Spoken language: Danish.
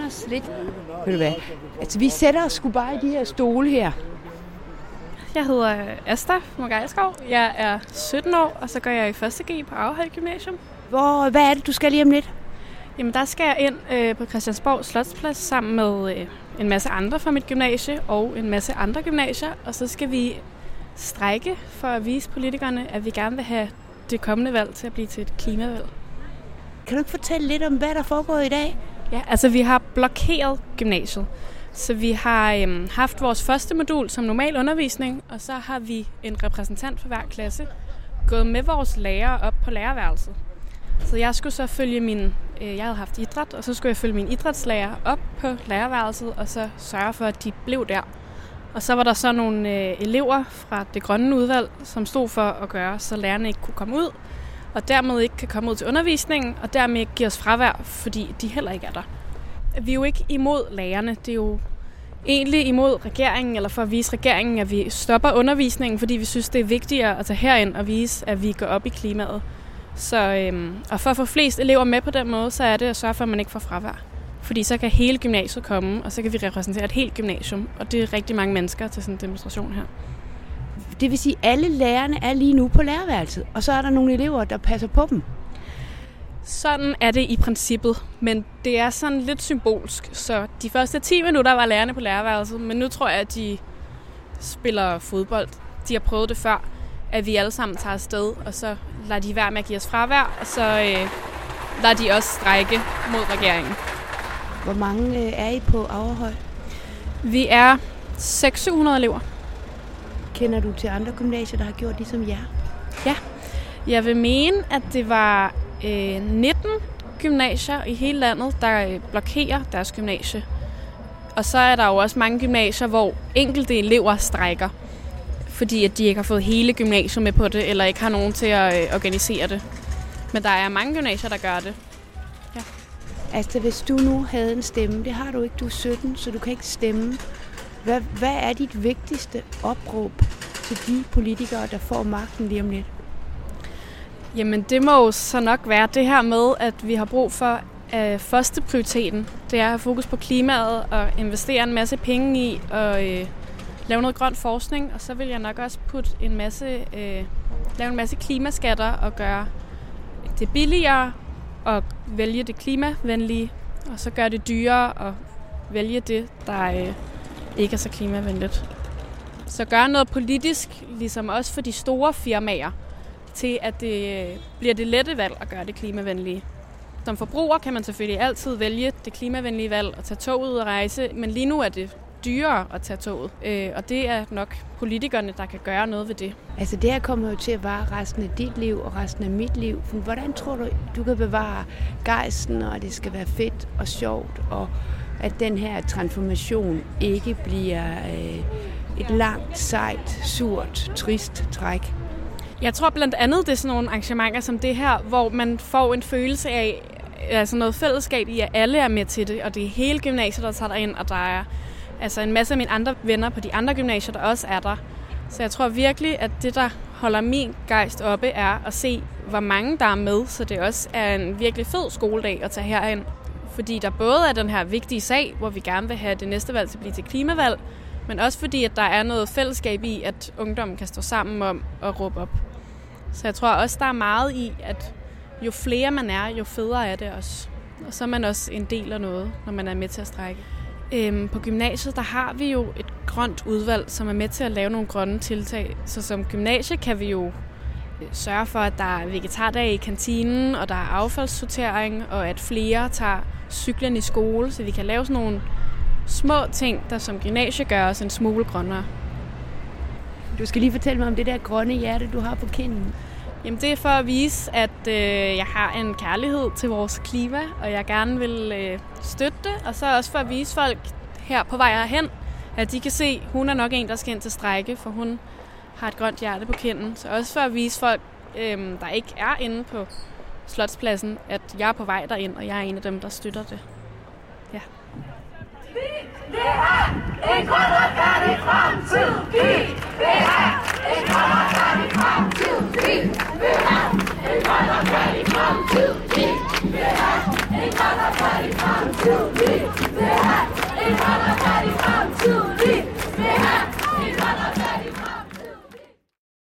os lidt. Ved du hvad? Altså, vi sætter os sgu bare i de her stole her. Jeg hedder Asta Mogajskov. Jeg er 17 år, og så går jeg i 1. G på Aarhus Gymnasium. Hvad er det, du skal lige om lidt? Jamen, der skal jeg ind på Christiansborg Slotsplads sammen med en masse andre fra mit gymnasie og en masse andre gymnasier. Og så skal vi strejke for at vise politikerne, at vi gerne vil have det kommende valg til at blive til et klimavalg. Kan du ikke fortælle lidt om, hvad der foregår i dag? Ja, altså vi har blokeret gymnasiet. Så vi har haft vores første modul som normal undervisning, og så har vi en repræsentant for hver klasse gået med vores lærere op på lærerværelset. Så jeg skulle så følge jeg havde haft idræt, og så skulle jeg følge min idrætslærer op på lærerværelset, og så sørge for, at de blev der. Og så var der så nogle elever fra det grønne udvalg, som stod for at gøre, så lærerne ikke kunne komme ud, og dermed ikke kan komme ud til undervisningen, og dermed ikke give os fravær, fordi de heller ikke er der. Vi er jo ikke imod lærerne, det er jo egentlig imod regeringen, eller for at vise regeringen, at vi stopper undervisningen, fordi vi synes, det er vigtigere at tage herind og vise, at vi går op i klimaet. Så, og for at få flest elever med på den måde, så er det at sørge for, at man ikke får fravær. Fordi så kan hele gymnasiet komme, og så kan vi repræsentere et helt gymnasium, og det er rigtig mange mennesker til sådan en demonstration her. Det vil sige, at alle lærerne er lige nu på lærerværelset, og så er der nogle elever, der passer på dem. Sådan er det i princippet, men det er sådan lidt symbolsk. Så de første 10 minutter var lærerne på lærerværelset, men nu tror jeg, at de spiller fodbold. De har prøvet det før, at vi alle sammen tager afsted, og så lader de være med at give os fravær, og så lader de også strejke mod regeringen. Hvor mange er I på Averhøj? Vi er 600-700 elever. Kender du til andre gymnasier, der har gjort ligesom jer? Ja, jeg vil mene, at det var 19 gymnasier i hele landet, der blokerer deres gymnasie. Og så er der jo også mange gymnasier, hvor enkelte elever strejker, fordi at de ikke har fået hele gymnasiet med på det, eller ikke har nogen til at organisere det. Men der er mange gymnasier, der gør det. Ja. Altså, hvis du nu havde en stemme, det har du ikke, du er 17, så du kan ikke stemme. Hvad er dit vigtigste opråb til de politikere, der får magten lige om lidt? Jamen, det må jo så nok være det her med, at vi har brug for første prioriteten. Det er at have fokus på klimaet og investere en masse penge i og lave noget grøn forskning. Og så vil jeg nok også lave en masse klimaskatter og gøre det billigere og vælge det klimavenlige. Og så gøre det dyrere og vælge det, der ikke er så klimavenligt. Så gøre noget politisk, ligesom også for de store firmaer, til at det bliver det lette valg at gøre det klimavenlige. Som forbruger kan man selvfølgelig altid vælge det klimavenlige valg og tage toget ud og rejse, men lige nu er det dyrere at tage toget, og det er nok politikerne, der kan gøre noget ved det. Altså det her kommer jo til at vare resten af dit liv og resten af mit liv. Hvordan tror du kan bevare gejsten, og at det skal være fedt og sjovt, og at den her transformation ikke bliver et langt, sejt, surt, trist træk? Jeg tror blandt andet, det er sådan nogle arrangementer som det her, hvor man får en følelse af altså noget fællesskab i, at alle er med til det, og det er hele gymnasiet, der tager ind, og der er altså en masse af mine andre venner på de andre gymnasier, der også er der. Så jeg tror virkelig, at det, der holder min gejst oppe, er at se, hvor mange der er med, så det også er en virkelig fed skoledag at tage herind. Fordi der både er den her vigtige sag, hvor vi gerne vil have det næste valg til at blive til klimavalg, men også fordi, at der er noget fællesskab i, at ungdommen kan stå sammen om at råbe op. Så jeg tror også, der er meget i, at jo flere man er, jo federe er det også. Og så er man også en del af noget, når man er med til at strejke. På gymnasiet, der har vi jo et grønt udvalg, som er med til at lave nogle grønne tiltag. Så som gymnasie kan vi jo sørge for, at der er vegetardag i kantinen, og der er affaldssortering, og at flere tager cyklen i skole, så vi kan lave sådan nogle små ting, der som gymnasie gør os en smule grønnere. Du skal lige fortælle mig om det der grønne hjerte, du har på kinden. Jamen det er for at vise, at jeg har en kærlighed til vores klima, og jeg gerne vil støtte det. Og så også for at vise folk her på vej herhen, at de kan se, at hun er nok en, der skal ind til strejke, for hun har et grønt hjerte på kinden. Så også for at vise folk, der ikke er inde på Slotspladsen, at jeg er på vej derind, og jeg er en af dem, der støtter det. Ja. Vi vil have en grøn og færdig fremtid. Vi vil have en grøn og færdig fremtid. Vi vil have en grøn og færdig fremtid. Vi vil have en grøn og færdig fremtid. vil have